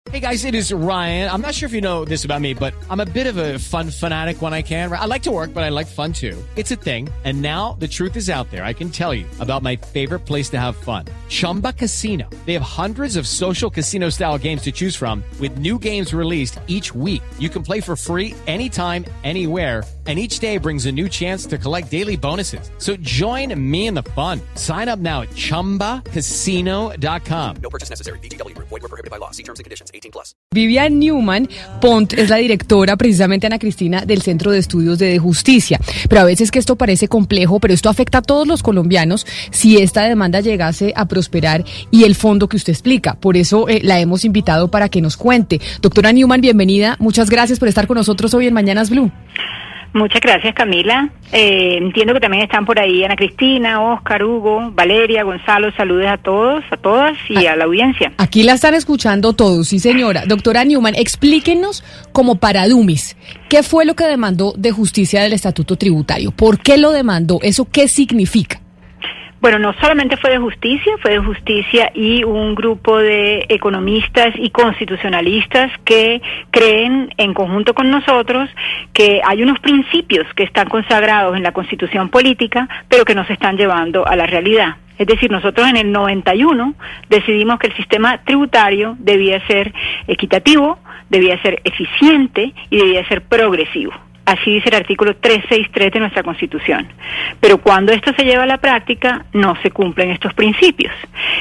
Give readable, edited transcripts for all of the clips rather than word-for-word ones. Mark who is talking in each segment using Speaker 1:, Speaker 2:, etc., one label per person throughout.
Speaker 1: Hey guys, it is Ryan. I'm not sure if you know this about me, but I'm a bit of a fun fanatic when I can. I like to work, but I like fun too. It's a thing. And now the truth is out there. I can tell you about my favorite place to have fun. Chumba Casino. They have hundreds of social casino style games to choose from with new games released each week. You can play for free anytime, anywhere. And each day brings a new chance to collect daily bonuses. So join me in the fun. Sign up now at ChumbaCasino.com.
Speaker 2: No purchase necessary. VGW. Void where prohibited by law. See terms and conditions. 18+.
Speaker 3: Vivian Newman Pont es la directora, precisamente, Ana Cristina, del Centro de Estudios de Justicia. Pero a veces que esto parece complejo, pero esto afecta a todos los colombianos si esta demanda llegase a prosperar y el fondo que usted explica. Por eso la hemos invitado para que nos cuente. Doctora Newman, bienvenida. Muchas gracias por estar con nosotros hoy en Mañanas Blue.
Speaker 4: Muchas gracias, Camila. Entiendo que también están por ahí Ana Cristina, Oscar, Hugo, Valeria, Gonzalo. Saludos a todos, a todas y a la audiencia.
Speaker 3: Aquí la están escuchando todos, sí señora. Doctora Newman, explíquenos como para dummies, ¿qué fue lo que demandó de justicia del Estatuto Tributario? ¿Por qué lo demandó? ¿Eso qué significa?
Speaker 4: Bueno, no solamente fue de justicia y un grupo de economistas y constitucionalistas que creen en conjunto con nosotros que hay unos principios que están consagrados en la Constitución política, pero que no se están llevando a la realidad. Es decir, nosotros en el 91 decidimos que el sistema tributario debía ser equitativo, debía ser eficiente y debía ser progresivo. Así dice el artículo 363 de nuestra Constitución. Pero cuando esto se lleva a la práctica, no se cumplen estos principios.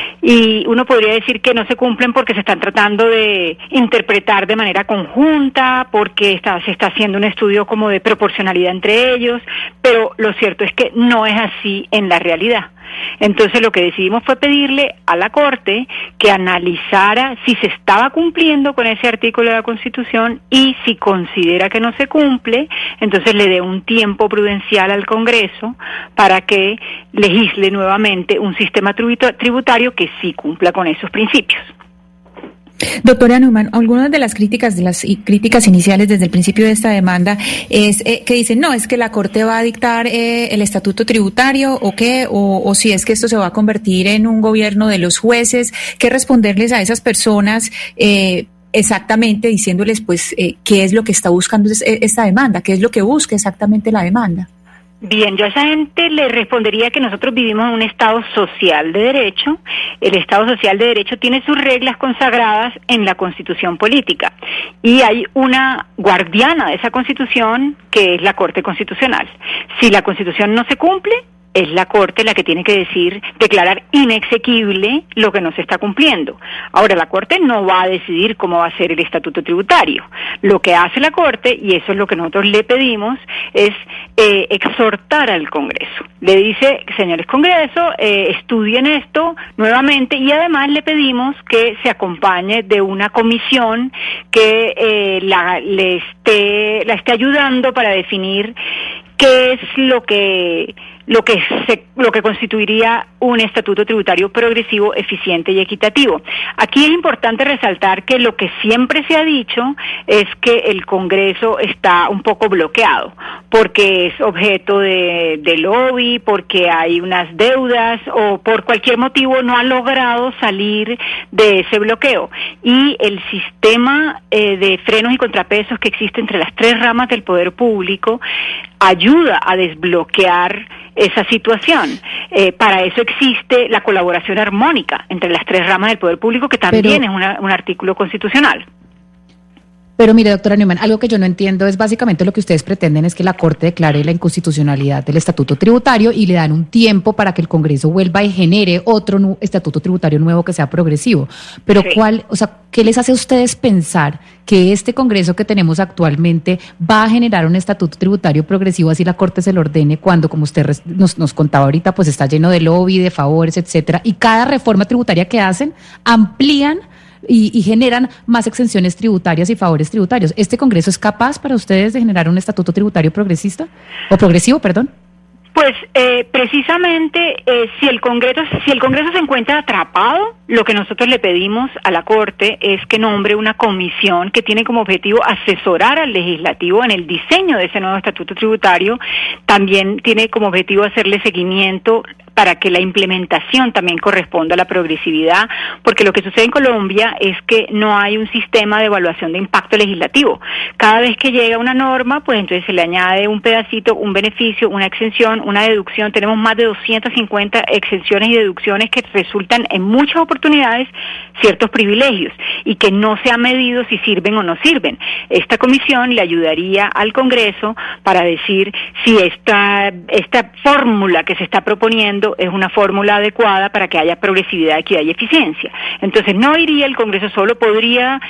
Speaker 4: Y uno podría decir que no se cumplen porque se están tratando de interpretar de manera conjunta, porque se está haciendo un estudio como de proporcionalidad entre ellos, pero lo cierto es que no es así en la realidad. Entonces lo que decidimos fue pedirle a la Corte que analizara si se estaba cumpliendo con ese artículo de la Constitución y si considera que no se cumple, entonces le dé un tiempo prudencial al Congreso para que legisle nuevamente un sistema tributario que sí cumpla con esos principios.
Speaker 5: Doctora Newman, algunas de las críticas iniciales desde el principio de esta demanda es que dicen, no, es que la Corte va a dictar el estatuto tributario o si es que esto se va a convertir en un gobierno de los jueces. ¿Qué responderles a esas personas exactamente diciéndoles pues qué es lo que está buscando esta demanda, qué es lo que busca exactamente la demanda?
Speaker 4: Bien, yo a esa gente le respondería que nosotros vivimos en un Estado social de derecho. El Estado social de derecho tiene sus reglas consagradas en la Constitución política y hay una guardiana de esa Constitución que es la Corte Constitucional. Si la Constitución no se cumple, es la Corte la que tiene que declarar inexequible lo que no se está cumpliendo. Ahora, la Corte no va a decidir cómo va a ser el estatuto tributario. Lo que hace la Corte, y eso es lo que nosotros le pedimos, es exhortar al Congreso. Le dice, señores Congreso, estudien esto nuevamente y además le pedimos que se acompañe de una comisión que la esté ayudando para definir qué es lo que constituiría un estatuto tributario progresivo, eficiente y equitativo. Aquí es importante resaltar que lo que siempre se ha dicho es que el Congreso está un poco bloqueado, porque es objeto de lobby, porque hay unas deudas o por cualquier motivo no ha logrado salir de ese bloqueo. Y el sistema de frenos y contrapesos que existe entre las tres ramas del poder público ayuda a desbloquear esa situación. Para eso existe la colaboración armónica entre las tres ramas del poder público, que también es un artículo constitucional.
Speaker 3: Pero mire, doctora Newman, algo que yo no entiendo es básicamente lo que ustedes pretenden es que la Corte declare la inconstitucionalidad del estatuto tributario y le dan un tiempo para que el Congreso vuelva y genere otro estatuto tributario nuevo que sea progresivo. Pero sí. ¿Qué les hace a ustedes pensar que este Congreso que tenemos actualmente va a generar un estatuto tributario progresivo así la Corte se lo ordene cuando, como usted nos contaba ahorita, pues está lleno de lobby, de favores, etcétera, y cada reforma tributaria que hacen amplían y generan más exenciones tributarias y favores tributarios? ¿Este Congreso es capaz para ustedes de generar un estatuto tributario progresivo, perdón?
Speaker 4: Pues precisamente si el Congreso se encuentra atrapado, lo que nosotros le pedimos a la Corte es que nombre una comisión que tiene como objetivo asesorar al legislativo en el diseño de ese nuevo estatuto tributario. También tiene como objetivo hacerle seguimiento para que la implementación también corresponda a la progresividad, porque lo que sucede en Colombia es que no hay un sistema de evaluación de impacto legislativo. Cada vez que llega una norma, pues entonces se le añade un pedacito, un beneficio, una exención, una deducción. Tenemos más de 250 exenciones y deducciones que resultan en muchas oportunidades ciertos privilegios y que no se ha medido si sirven o no sirven. Esta comisión le ayudaría al Congreso para decir si esta fórmula que se está proponiendo es una fórmula adecuada para que haya progresividad, equidad y eficiencia. Entonces no iría el Congreso solo, podría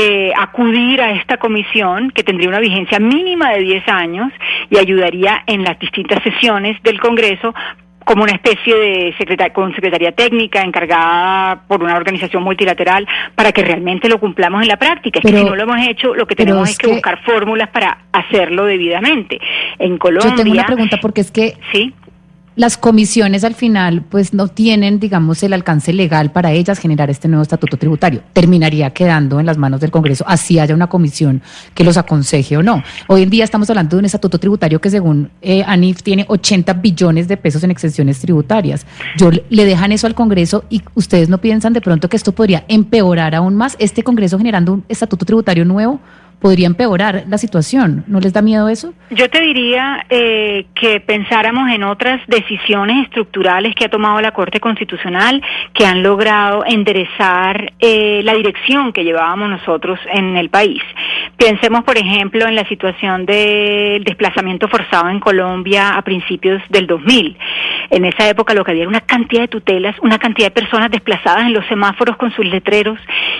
Speaker 4: acudir a esta comisión que tendría una vigencia mínima de 10 años y ayudaría en las distintas sesiones del Congreso como una especie de secretaría técnica encargada por una organización multilateral para que realmente lo cumplamos en la práctica. Es que si no lo hemos hecho, lo que tenemos es que buscar fórmulas para hacerlo debidamente. En Colombia...
Speaker 3: Yo tengo una pregunta porque es que...
Speaker 4: ¿Sí?
Speaker 3: Las comisiones al final pues no tienen, digamos, el alcance legal para ellas generar este nuevo estatuto tributario. Terminaría quedando en las manos del Congreso, así haya una comisión que los aconseje o no. Hoy en día estamos hablando de un estatuto tributario que según ANIF tiene 80 billones de pesos en exenciones tributarias. Le dejan eso al Congreso y ustedes no piensan de pronto que esto podría empeorar aún más. Este Congreso generando un estatuto tributario nuevo podría empeorar la situación. ¿No les da miedo eso?
Speaker 4: Yo te diría que pensáramos en otras decisiones estructurales que ha tomado la Corte Constitucional que han logrado enderezar la dirección que llevábamos nosotros en el país. Pensemos, por ejemplo, en la situación del desplazamiento forzado en Colombia a principios del 2000. En esa época lo que había era una cantidad de tutelas, una cantidad de personas desplazadas en los semáforos con sus letreros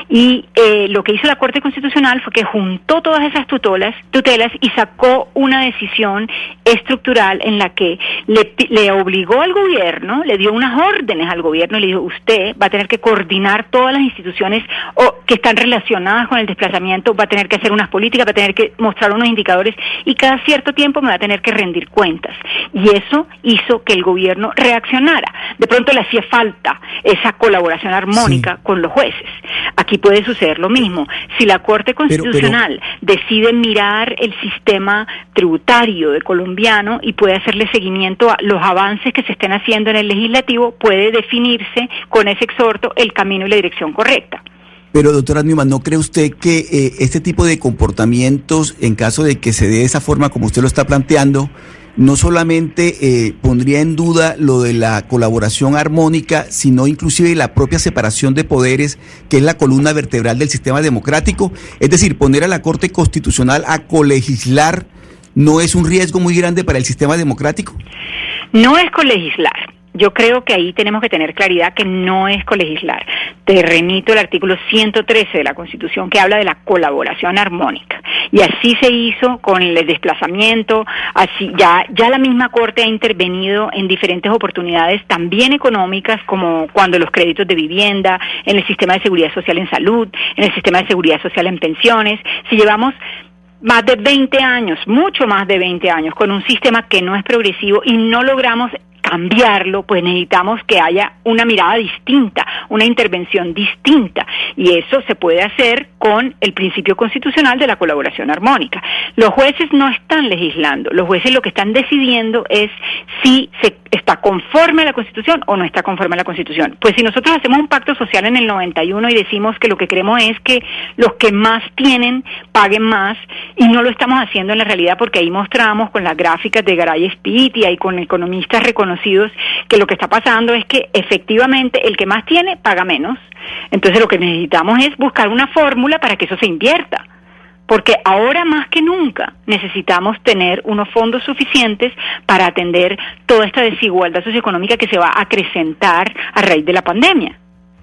Speaker 4: y lo que hizo la Corte Constitucional fue que juntó todas esas tutelas y sacó una decisión estructural en la que le obligó al gobierno, le dio unas órdenes al gobierno y le dijo, usted va a tener que coordinar todas las instituciones que están relacionadas con el desplazamiento, va a tener que hacer unas políticas, va a tener que mostrar unos indicadores y cada cierto tiempo me va a tener que rendir cuentas. Y eso hizo que el gobierno reaccionara. De pronto le hacía falta esa colaboración armónica con los jueces. Aquí puede suceder lo mismo. Si la Corte Constitucional decide mirar el sistema tributario de colombiano y puede hacerle seguimiento a los avances que se estén haciendo en el legislativo, puede definirse con ese exhorto el camino y la dirección correcta.
Speaker 6: Pero, doctora Newman, ¿no cree usted que este tipo de comportamientos, en caso de que se dé de esa forma como usted lo está planteando, no solamente pondría en duda lo de la colaboración armónica, sino inclusive la propia separación de poderes, que es la columna vertebral del sistema democrático? Es decir, poner a la Corte Constitucional a colegislar, ¿no es un riesgo muy grande para el sistema democrático?
Speaker 4: No es colegislar. Yo creo que ahí tenemos que tener claridad que no es colegislar. Te remito al artículo 113 de la Constitución que habla de la colaboración armónica. Y así se hizo con el desplazamiento, así ya la misma Corte ha intervenido en diferentes oportunidades también económicas, como cuando los créditos de vivienda, en el sistema de seguridad social en salud, en el sistema de seguridad social en pensiones. Si llevamos más de 20 años, mucho más de 20 años, con un sistema que no es progresivo y no logramos cambiarlo, pues necesitamos que haya una mirada distinta, una intervención distinta, y eso se puede hacer con el principio constitucional de la colaboración armónica. Los jueces no están legislando, los jueces lo que están decidiendo es si se está conforme a la Constitución o no está conforme a la Constitución. Pues si nosotros hacemos un pacto social en el 91 y decimos que lo que queremos es que los que más tienen paguen más, y no lo estamos haciendo en la realidad, porque ahí mostramos con las gráficas de Garay Spitia y con economistas reconocidos que lo que está pasando es que efectivamente el que más tiene paga menos. Entonces lo que necesitamos es buscar una fórmula para que eso se invierta, porque ahora más que nunca necesitamos tener unos fondos suficientes para atender toda esta desigualdad socioeconómica que se va a acrecentar a raíz de la pandemia.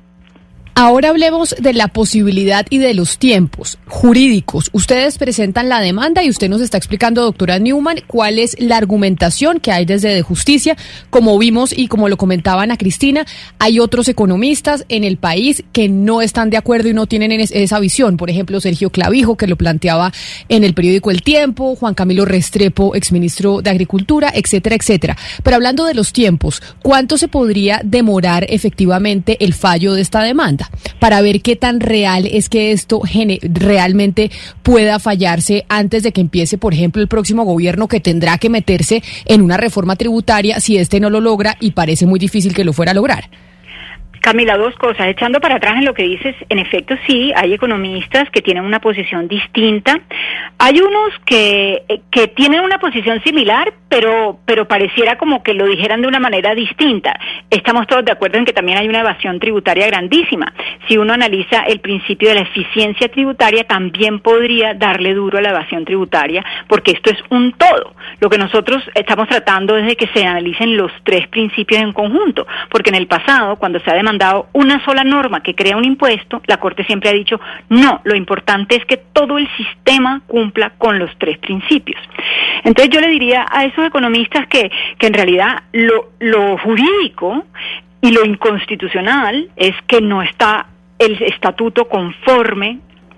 Speaker 7: Ahora hablemos de la posibilidad y de los tiempos jurídicos. Ustedes presentan la demanda y usted nos está explicando, doctora Newman, cuál es la argumentación que hay desde de justicia. Como vimos y como lo comentaban a Cristina, hay otros economistas en el país que no están de acuerdo y no tienen esa visión. Por ejemplo, Sergio Clavijo, que lo planteaba en el periódico El Tiempo, Juan Camilo Restrepo, exministro de Agricultura, etcétera, etcétera. Pero hablando de los tiempos, ¿cuánto se podría demorar efectivamente el fallo de esta demanda? demanda, para ver qué tan real es que esto realmente pueda fallarse antes de que empiece, por ejemplo, el próximo gobierno, que tendrá que meterse en una reforma tributaria si este no lo logra, y parece muy difícil que lo fuera a lograr?
Speaker 4: Camila, dos cosas. Echando para atrás en lo que dices, en efecto sí, hay economistas que tienen una posición distinta. Hay unos que tienen una posición similar, pero pareciera como que lo dijeran de una manera distinta. Estamos todos de acuerdo en que también hay una evasión tributaria grandísima. Si uno analiza el principio de la eficiencia tributaria, también podría darle duro a la evasión tributaria, porque esto es un todo. Lo que nosotros estamos tratando es de que se analicen los tres principios en conjunto, porque en el pasado, cuando se ha demandado una sola norma que crea un impuesto, la Corte siempre ha dicho, no, lo importante es que todo el sistema cumpla con los tres principios. Entonces yo le diría a esos economistas que en realidad lo jurídico y lo inconstitucional es que no está el estatuto conforme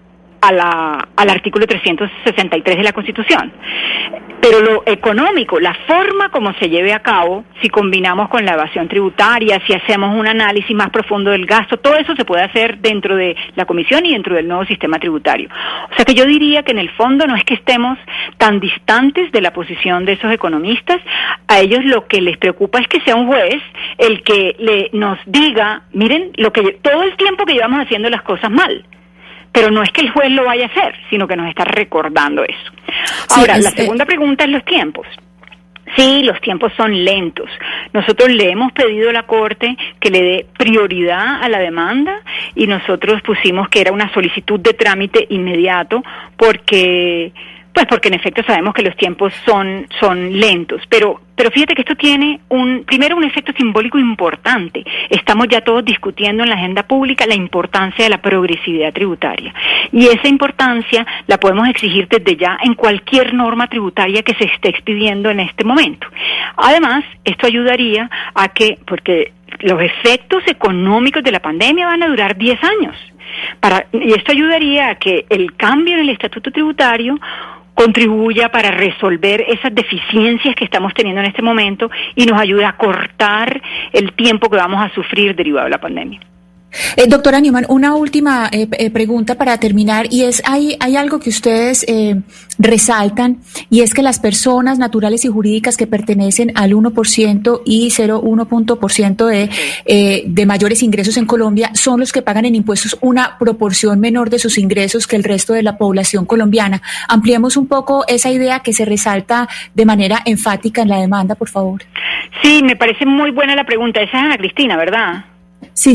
Speaker 4: al artículo 363 de la Constitución. Pero lo económico, la forma como se lleve a cabo, si combinamos con la evasión tributaria, si hacemos un análisis más profundo del gasto, todo eso se puede hacer dentro de la Comisión y dentro del nuevo sistema tributario. O sea que yo diría que en el fondo no es que estemos tan distantes de la posición de esos economistas. A ellos lo que les preocupa es que sea un juez el que nos diga, miren, todo el tiempo que llevamos haciendo las cosas mal. Pero no es que el juez lo vaya a hacer, sino que nos está recordando eso. Ahora, la segunda pregunta es los tiempos. Sí, los tiempos son lentos. Nosotros le hemos pedido a la Corte que le dé prioridad a la demanda y nosotros pusimos que era una solicitud de trámite inmediato porque en efecto sabemos que los tiempos son lentos, pero fíjate que esto tiene primero un efecto simbólico importante. Estamos ya todos discutiendo en la agenda pública la importancia de la progresividad tributaria, y esa importancia la podemos exigir desde ya en cualquier norma tributaria que se esté expidiendo en este momento. Además, esto ayudaría a porque los efectos económicos de la pandemia van a durar 10 años. Y esto ayudaría a que el cambio en el estatuto tributario contribuya para resolver esas deficiencias que estamos teniendo en este momento y nos ayuda a cortar el tiempo que vamos a sufrir derivado de la pandemia.
Speaker 5: Doctora Newman, una última pregunta para terminar, y es, hay algo que ustedes resaltan, y es que las personas naturales y jurídicas que pertenecen al 1% y 0,1% de mayores ingresos en Colombia son los que pagan en impuestos una proporción menor de sus ingresos que el resto de la población colombiana. Ampliemos un poco esa idea que se resalta de manera enfática en la demanda, por favor.
Speaker 4: Sí, me parece muy buena la pregunta. Esa es Ana Cristina, ¿verdad?
Speaker 5: Sí.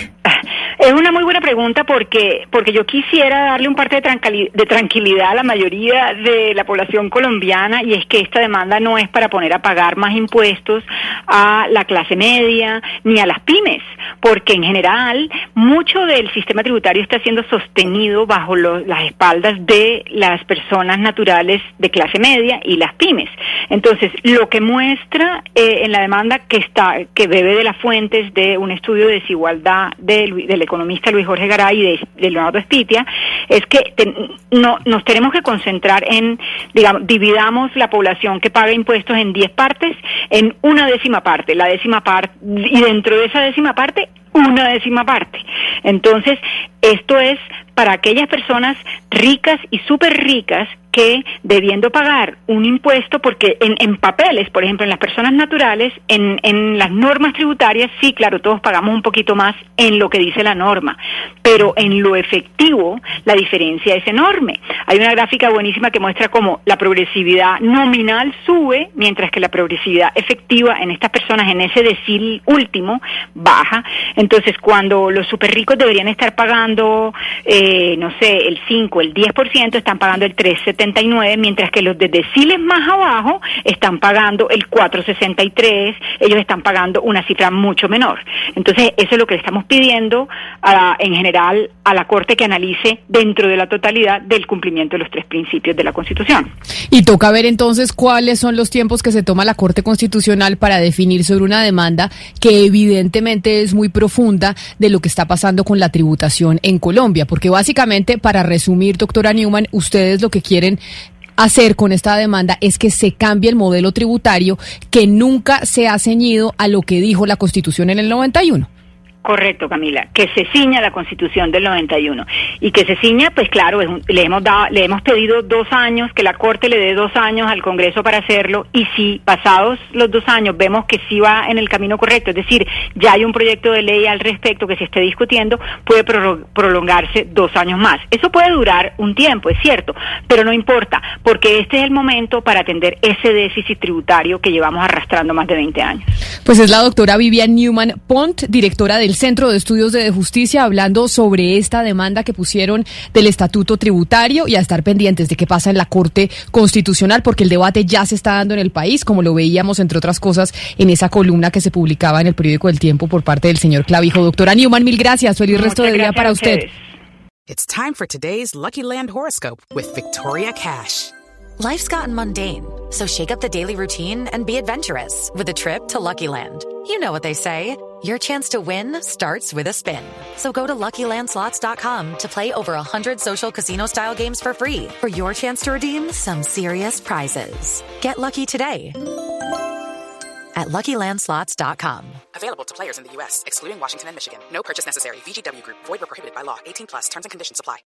Speaker 4: Es una muy buena pregunta porque yo quisiera darle un parte de tranquilidad a la mayoría de la población colombiana, y es que esta demanda no es para poner a pagar más impuestos a la clase media ni a las pymes, porque en general mucho del sistema tributario está siendo sostenido bajo las espaldas de las personas naturales de clase media y las pymes. Entonces, lo que muestra en la demanda que bebe de las fuentes de un estudio de desigualdad del economista Luis Jorge Garay y de Leonardo Espitia, es que nos tenemos que concentrar en, digamos, dividamos la población que paga impuestos en 10 partes, en una décima parte, y dentro de esa décima parte, una décima parte. Entonces, esto es para aquellas personas ricas y súper ricas que, debiendo pagar un impuesto, porque en papeles, por ejemplo, en las personas naturales, en las normas tributarias, sí, claro, todos pagamos un poquito más en lo que dice la norma, pero en lo efectivo la diferencia es enorme. Hay una gráfica buenísima que muestra cómo la progresividad nominal sube, mientras que la progresividad efectiva en estas personas, en ese decil último, baja. Entonces, cuando los súper ricos deberían estar pagando, el 5, el 10%, están pagando el 3,79, mientras que los de deciles más abajo están pagando el 4,63, ellos están pagando una cifra mucho menor. Entonces, eso es lo que le estamos pidiendo en general a la Corte, que analice dentro de la totalidad del cumplimiento de los tres principios de la Constitución.
Speaker 7: Y toca ver entonces cuáles son los tiempos que se toma la Corte Constitucional para definir sobre una demanda que evidentemente es muy profunda de lo que está pasando con la tributación en Colombia, porque básicamente, para resumir, doctora Newman, ustedes lo que quieren hacer con esta demanda es que se cambie el modelo tributario, que nunca se ha ceñido a lo que dijo la Constitución en el 91.
Speaker 4: Correcto, Camila, que se ciña la Constitución del 91 y que se ciña, pues claro, le hemos pedido 2 años, que la Corte le dé 2 años al Congreso para hacerlo, y si pasados los 2 años vemos que sí va en el camino correcto, es decir, ya hay un proyecto de ley al respecto que se esté discutiendo, puede prolongarse 2 años más. Eso puede durar un tiempo, es cierto, pero no importa, porque este es el momento para atender ese déficit tributario que llevamos arrastrando más de 20 años.
Speaker 7: Pues es la doctora Vivian Newman Pont, directora del Centro de Estudios de Justicia, hablando sobre esta demanda que pusieron del Estatuto Tributario, y a estar pendientes de qué pasa en la Corte Constitucional, porque el debate ya se está dando en el país, como lo veíamos, entre otras cosas, en esa columna que se publicaba en el periódico El Tiempo por parte del señor Clavijo. Doctora Newman, mil gracias. Feliz resto de día para usted.
Speaker 8: It's time for today's Lucky Land horoscope with Victoria Cash.
Speaker 9: Life's gotten mundane, so shake up the daily routine and be adventurous with a trip to Lucky Land. You know what they say, your chance to win starts with a spin. So go to LuckyLandSlots.com to play over 100 social casino-style games for free for your chance to redeem some serious prizes. Get lucky today at LuckyLandSlots.com.
Speaker 8: Available to players in the U.S., excluding Washington and Michigan. No purchase necessary. VGW Group. Void where prohibited by law. 18+. Terms and conditions apply.